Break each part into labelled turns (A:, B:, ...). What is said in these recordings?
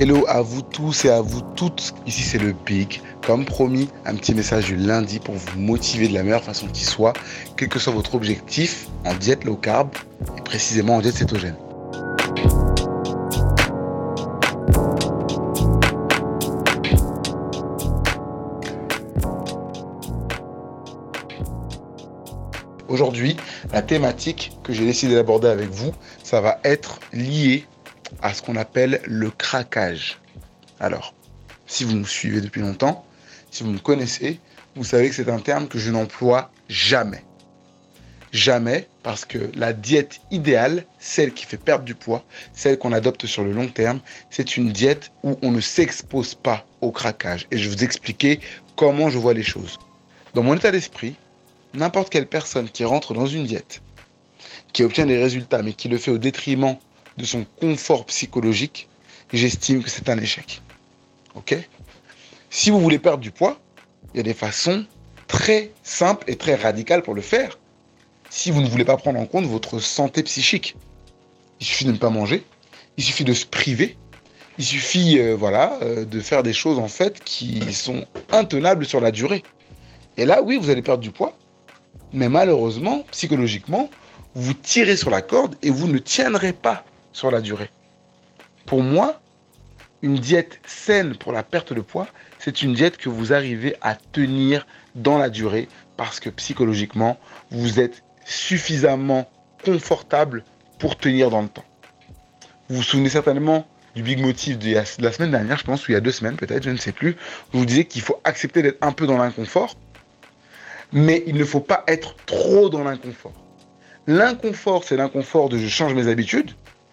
A: Hello à vous tous et à vous toutes, ici c'est le Big. Comme promis, un petit message du lundi pour vous motiver de la meilleure façon qui soit, quel que soit votre objectif en diète low carb et précisément en diète cétogène. Aujourd'hui, la thématique que j'ai décidé d'aborder avec vous, ça va être lié à ce qu'on appelle le craquage. Alors, si vous me suivez depuis longtemps, si vous me connaissez, vous savez que c'est un terme que je n'emploie jamais. Jamais, parce que la diète idéale, celle qui fait perdre du poids, celle qu'on adopte sur le long terme, c'est une diète où on ne s'expose pas au craquage. Et je vais vous expliquer comment je vois les choses. Dans mon état d'esprit, n'importe quelle personne qui rentre dans une diète, qui obtient des résultats, mais qui le fait au détriment de son confort psychologique, j'estime que c'est un échec. Ok ? Si vous voulez perdre du poids, il y a des façons très simples et très radicales pour le faire. Si vous ne voulez pas prendre en compte votre santé psychique, il suffit de ne pas manger, il suffit de se priver, il suffit de faire des choses en fait qui sont intenables sur la durée. Et là, oui, vous allez perdre du poids, mais malheureusement, psychologiquement, vous tirez sur la corde et vous ne tiendrez pas sur la durée. Pour moi, une diète saine pour la perte de poids, c'est une diète que vous arrivez à tenir dans la durée parce que psychologiquement, vous êtes suffisamment confortable pour tenir dans le temps. Vous vous souvenez certainement du Big Motif de la semaine dernière, je pense, ou il y a 2 semaines peut-être, je ne sais plus. Je vous disais qu'il faut accepter d'être un peu dans l'inconfort, mais il ne faut pas être trop dans l'inconfort. L'inconfort, c'est l'inconfort de je change mes habitudes,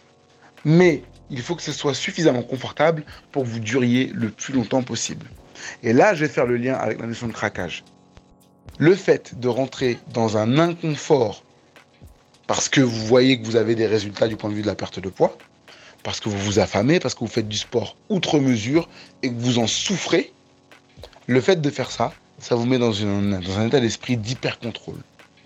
A: mais il faut que ce soit suffisamment confortable pour que vous duriez le plus longtemps possible. Et là, je vais faire le lien avec la notion de craquage. Le fait de rentrer dans un inconfort parce que vous voyez que vous avez des résultats du point de vue de la perte de poids, parce que vous vous affamez, parce que vous faites du sport outre mesure et que vous en souffrez, le fait de faire ça, ça vous met dans un état d'esprit d'hyper-contrôle.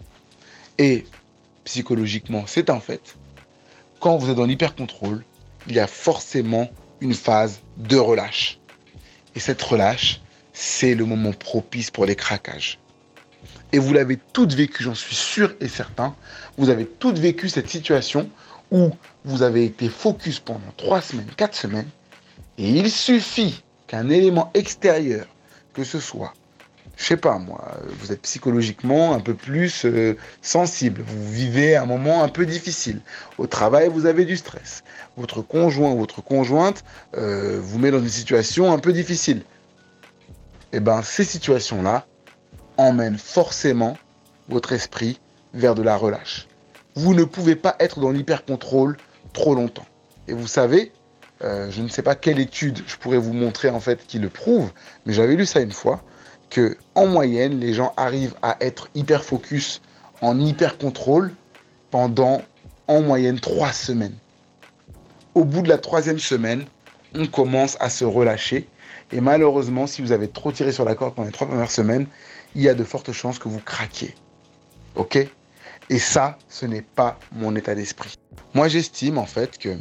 A: Et psychologiquement, c'est un fait. Quand vous êtes dans l'hyper-contrôle, il y a forcément une phase de relâche. Et cette relâche, c'est le moment propice pour les craquages. Et vous l'avez toutes vécu, j'en suis sûr et certain, vous avez toutes vécu cette situation où vous avez été focus pendant 3 semaines, 4 semaines, et il suffit qu'un élément extérieur, que ce soit, je sais pas moi, vous êtes psychologiquement un peu plus sensible, vous vivez un moment un peu difficile, au travail vous avez du stress, votre conjoint ou votre conjointe vous met dans une situation un peu difficile. Et bien ces situations-là emmènent forcément votre esprit vers de la relâche. Vous ne pouvez pas être dans l'hyper-contrôle trop longtemps. Et vous savez, je ne sais pas quelle étude je pourrais vous montrer en fait qui le prouve, mais j'avais lu ça une fois, que en moyenne, les gens arrivent à être hyper focus en hyper contrôle pendant en moyenne 3 semaines. Au bout de la 3e semaine, on commence à se relâcher et malheureusement, si vous avez trop tiré sur la corde pendant les 3 premières semaines, il y a de fortes chances que vous craquiez. Ok ? Et ça, ce n'est pas mon état d'esprit. Moi, j'estime en fait que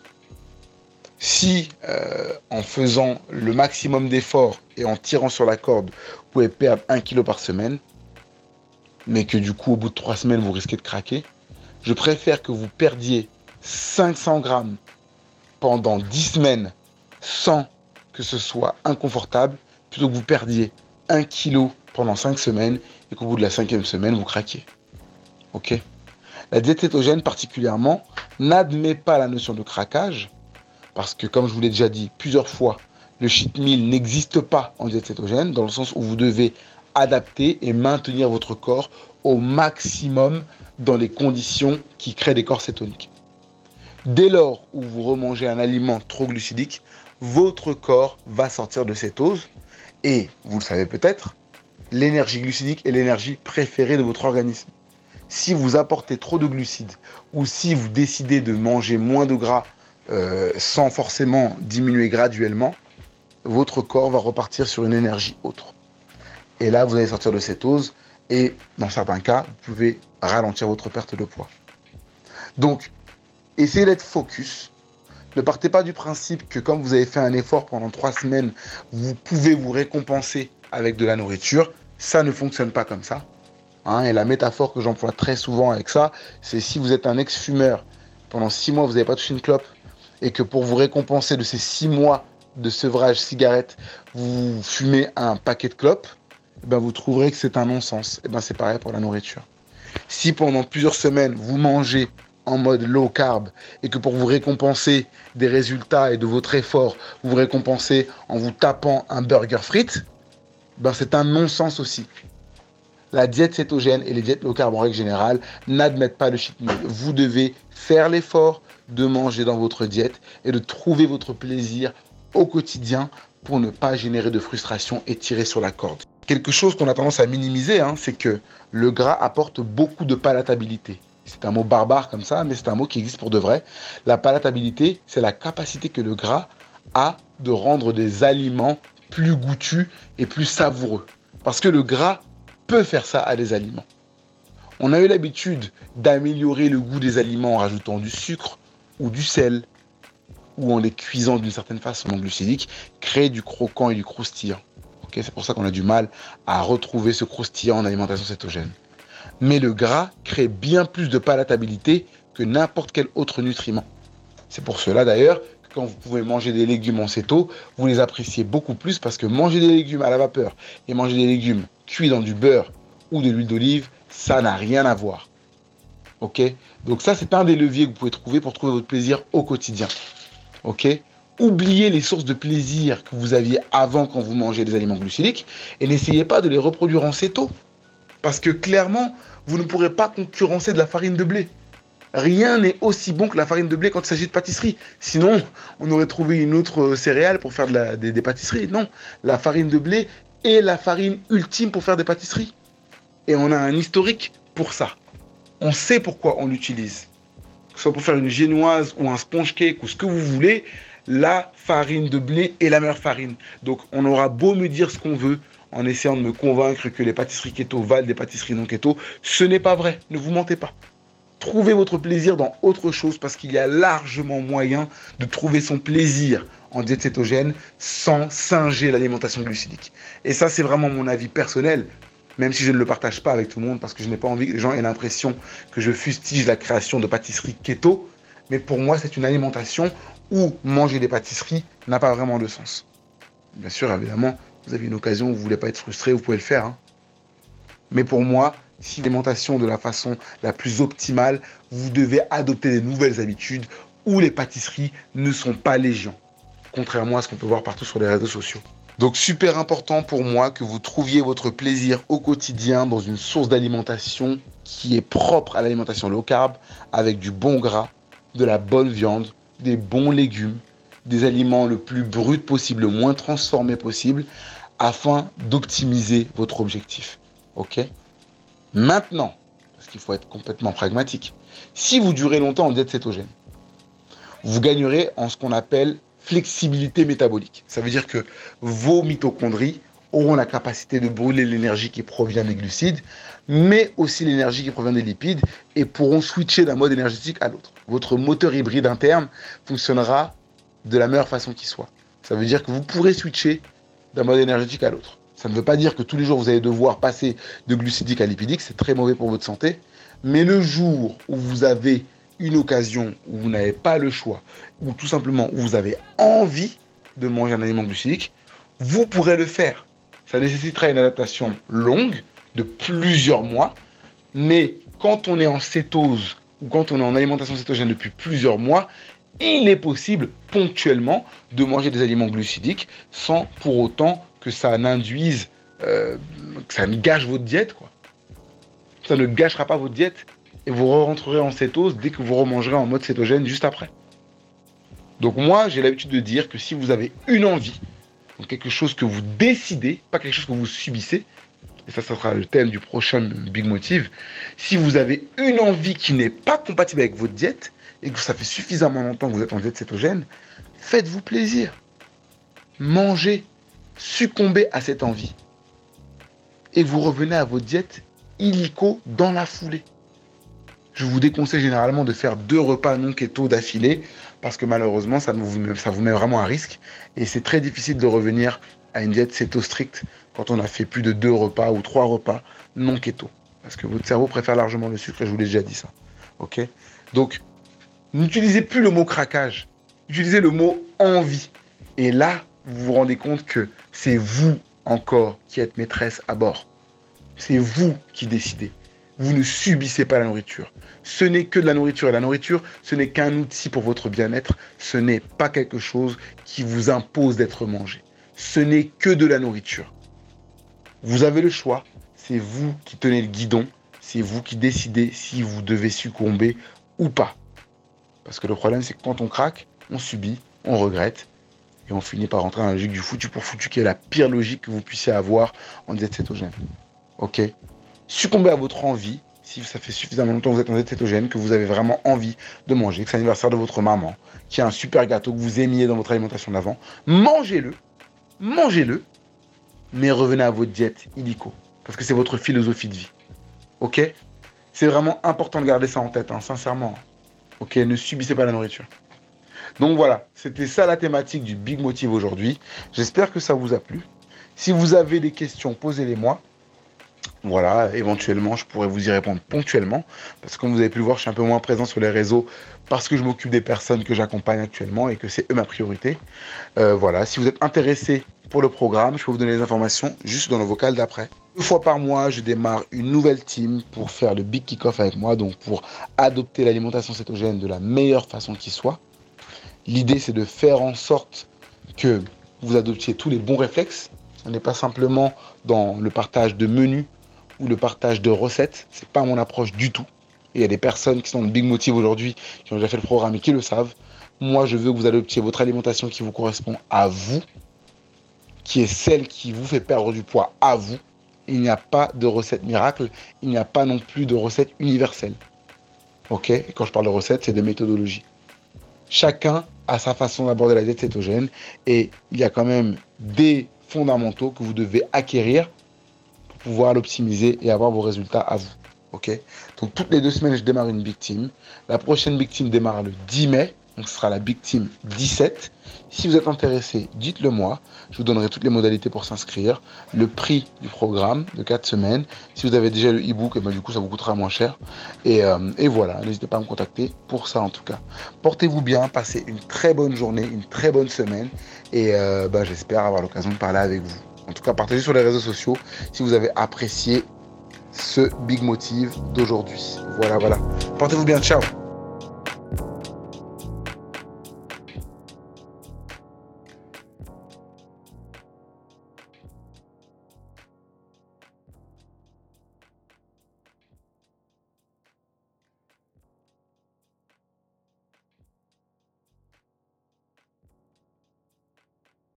A: si en faisant le maximum d'efforts et en tirant sur la corde, vous pouvez perdre 1 kg par semaine, mais que du coup, au bout de 3 semaines, vous risquez de craquer, je préfère que vous perdiez 500 grammes pendant 10 semaines sans que ce soit inconfortable, plutôt que vous perdiez 1 kg pendant 5 semaines et qu'au bout de la 5e semaine, vous craquiez. Ok ? La diète cétogène particulièrement n'admet pas la notion de craquage, parce que, comme je vous l'ai déjà dit plusieurs fois, le cheat meal n'existe pas en diète cétogène, dans le sens où vous devez adapter et maintenir votre corps au maximum dans les conditions qui créent des corps cétoniques. Dès lors où vous remangez un aliment trop glucidique, votre corps va sortir de cétose et, vous le savez peut-être, l'énergie glucidique est l'énergie préférée de votre organisme. Si vous apportez trop de glucides ou si vous décidez de manger moins de gras sans forcément diminuer graduellement, votre corps va repartir sur une énergie autre. Et là, vous allez sortir de cétose et, dans certains cas, vous pouvez ralentir votre perte de poids. Donc, essayez d'être focus, Ne partez pas du principe que comme vous avez fait un effort pendant 3 semaines, vous pouvez vous récompenser avec de la nourriture. Ça ne fonctionne pas comme ça. Hein, et la métaphore que j'emploie très souvent avec ça, c'est si vous êtes un ex-fumeur, pendant 6 mois, vous n'avez pas touché une clope, et que pour vous récompenser de ces 6 mois de sevrage cigarette, vous fumez un paquet de clopes, eh ben vous trouverez que c'est un non-sens. Et ben c'est pareil pour la nourriture. Si pendant plusieurs semaines, vous mangez en mode low carb et que pour vous récompenser des résultats et de votre effort, vous vous récompensez en vous tapant un burger frites, ben c'est un non-sens aussi. La diète cétogène et les diètes low carb en règle générale n'admettent pas le cheat meal. Vous devez faire l'effort de manger dans votre diète et de trouver votre plaisir au quotidien pour ne pas générer de frustration et tirer sur la corde. Quelque chose qu'on a tendance à minimiser, c'est que le gras apporte beaucoup de palatabilité. C'est un mot barbare comme ça, mais c'est un mot qui existe pour de vrai. La palatabilité, c'est la capacité que le gras a de rendre des aliments plus goûtus et plus savoureux. Parce que le gras peut faire ça à des aliments. On a eu l'habitude d'améliorer le goût des aliments en rajoutant du sucre ou du sel ou en les cuisant d'une certaine façon glucidique, créer du croquant et du croustillant. Okay, c'est pour ça qu'on a du mal à retrouver ce croustillant en alimentation cétogène. Mais le gras crée bien plus de palatabilité que n'importe quel autre nutriment. C'est pour cela d'ailleurs que quand vous pouvez manger des légumes en céto, vous les appréciez beaucoup plus parce que manger des légumes à la vapeur et manger des légumes cuits dans du beurre ou de l'huile d'olive, ça n'a rien à voir. Ok ? Donc ça, c'est un des leviers que vous pouvez trouver pour trouver votre plaisir au quotidien. Ok ? Oubliez les sources de plaisir que vous aviez avant quand vous mangez des aliments glucidiques et n'essayez pas de les reproduire en céto. Parce que clairement, vous ne pourrez pas concurrencer de la farine de blé. Rien n'est aussi bon que la farine de blé quand il s'agit de pâtisserie. Sinon, on aurait trouvé une autre céréale pour faire des pâtisseries. Non, la farine de blé est la farine ultime pour faire des pâtisseries. Et on a un historique pour ça. On sait pourquoi on l'utilise. Que ce soit pour faire une génoise ou un sponge cake ou ce que vous voulez, la farine de blé est la meilleure farine. Donc on aura beau me dire ce qu'on veut en essayant de me convaincre que les pâtisseries keto valent des pâtisseries non keto, ce n'est pas vrai, ne vous mentez pas. Trouvez votre plaisir dans autre chose parce qu'il y a largement moyen de trouver son plaisir en diète cétogène sans singer l'alimentation glucidique. Et ça, c'est vraiment mon avis personnel, même si je ne le partage pas avec tout le monde parce que je n'ai pas envie que les gens aient l'impression que je fustige la création de pâtisseries keto. Mais pour moi, c'est une alimentation où manger des pâtisseries n'a pas vraiment de sens. Bien sûr, évidemment, vous avez une occasion où vous ne voulez pas être frustré, vous pouvez le faire. Mais pour moi, si l'alimentation de la façon la plus optimale, vous devez adopter des nouvelles habitudes où les pâtisseries ne sont pas légion, contrairement à ce qu'on peut voir partout sur les réseaux sociaux. Donc super important pour moi que vous trouviez votre plaisir au quotidien dans une source d'alimentation qui est propre à l'alimentation low carb, avec du bon gras, de la bonne viande, des bons légumes, des aliments le plus bruts possible, le moins transformés possible, afin d'optimiser votre objectif. Ok ? Maintenant, parce qu'il faut être complètement pragmatique, si vous durez longtemps en diète cétogène, vous gagnerez en ce qu'on appelle flexibilité métabolique. Ça veut dire que vos mitochondries auront la capacité de brûler l'énergie qui provient des glucides, mais aussi l'énergie qui provient des lipides, et pourront switcher d'un mode énergétique à l'autre. Votre moteur hybride interne fonctionnera de la meilleure façon qui soit. Ça veut dire que vous pourrez switcher d'un mode énergétique à l'autre. Ça ne veut pas dire que tous les jours vous allez devoir passer de glucidique à lipidique, c'est très mauvais pour votre santé, mais le jour où vous avez une occasion, où vous n'avez pas le choix, ou tout simplement où vous avez envie de manger un aliment glucidique, vous pourrez le faire. Ça nécessitera une adaptation longue, de plusieurs mois, mais quand on est en cétose ou quand on est en alimentation cétogène depuis plusieurs mois, il est possible ponctuellement de manger des aliments glucidiques sans pour autant que ça n'induise, que ça ne gâche votre diète, quoi. Ça ne gâchera pas votre diète et vous rentrerez en cétose dès que vous remangerez en mode cétogène juste après. Donc moi, j'ai l'habitude de dire que si vous avez une envie, donc quelque chose que vous décidez, pas quelque chose que vous subissez, et ça sera le thème du prochain Big Motive, si vous avez une envie qui n'est pas compatible avec votre diète, et que ça fait suffisamment longtemps que vous êtes en diète cétogène, faites-vous plaisir. Mangez, succombez à cette envie. Et vous revenez à votre diète illico dans la foulée. Je vous déconseille généralement de faire 2 repas non keto d'affilée parce que malheureusement, ça vous met vraiment à risque. Et c'est très difficile de revenir à une diète céto stricte quand on a fait plus de 2 repas ou 3 repas non keto. Parce que votre cerveau préfère largement le sucre, et je vous l'ai déjà dit ça. Ok? Donc, n'utilisez plus le mot craquage, utilisez le mot envie. Et là, vous vous rendez compte que c'est vous encore qui êtes maîtresse à bord. C'est vous qui décidez. Vous ne subissez pas la nourriture. Ce n'est que de la nourriture. Et la nourriture, ce n'est qu'un outil pour votre bien-être. Ce n'est pas quelque chose qui vous impose d'être mangé. Ce n'est que de la nourriture. Vous avez le choix. C'est vous qui tenez le guidon. C'est vous qui décidez si vous devez succomber ou pas. Parce que le problème, c'est que quand on craque, on subit, on regrette. Et on finit par rentrer dans la logique du foutu pour foutu, qui est la pire logique que vous puissiez avoir en diète cétogène. Ok? Succombez à votre envie, si ça fait suffisamment longtemps que vous êtes en diète cétogène, que vous avez vraiment envie de manger, que c'est l'anniversaire de votre maman, qu'il y a un super gâteau que vous aimiez dans votre alimentation d'avant, mangez-le, mais revenez à votre diète illico, parce que c'est votre philosophie de vie. Ok? C'est vraiment important de garder ça en tête, sincèrement. Ok? Ne subissez pas la nourriture. Donc voilà, c'était ça la thématique du Big Motive aujourd'hui. J'espère que ça vous a plu. Si vous avez des questions, posez-les-moi. Voilà, éventuellement, je pourrais vous y répondre ponctuellement. Parce que comme vous avez pu le voir, je suis un peu moins présent sur les réseaux parce que je m'occupe des personnes que j'accompagne actuellement et que c'est eux ma priorité. Voilà, si vous êtes intéressé pour le programme, je peux vous donner les informations juste dans le vocal d'après. 2 fois par mois, je démarre une nouvelle team pour faire le Big Kick-Off avec moi, donc pour adopter l'alimentation cétogène de la meilleure façon qui soit. L'idée, c'est de faire en sorte que vous adoptiez tous les bons réflexes. On n'est pas simplement dans le partage de menus ou le partage de recettes. Ce n'est pas mon approche du tout. Et il y a des personnes qui sont dans le Big Motive aujourd'hui, qui ont déjà fait le programme et qui le savent. Moi, je veux que vous adoptiez votre alimentation qui vous correspond à vous, qui est celle qui vous fait perdre du poids à vous. Il n'y a pas de recette miracle. Il n'y a pas non plus de recette universelle. Ok? Et quand je parle de recette, c'est de méthodologie. Chacun a sa façon d'aborder la diète cétogène et il y a quand même des fondamentaux que vous devez acquérir pour pouvoir l'optimiser et avoir vos résultats à vous. Ok? Donc toutes les 2 semaines, je démarre une Big Team. La prochaine Big Team démarre le 10 mai. Donc ce sera la Big Team 17. Si vous êtes intéressé, dites-le moi. Je vous donnerai toutes les modalités pour s'inscrire. Le prix du programme de 4 semaines. Si vous avez déjà le e-book, du coup, ça vous coûtera moins cher. Et voilà, n'hésitez pas à me contacter pour ça en tout cas. Portez-vous bien, passez une très bonne journée, une très bonne semaine. Et j'espère avoir l'occasion de parler avec vous. En tout cas, partagez sur les réseaux sociaux si vous avez apprécié ce Big Motive d'aujourd'hui. Voilà. Portez-vous bien, ciao.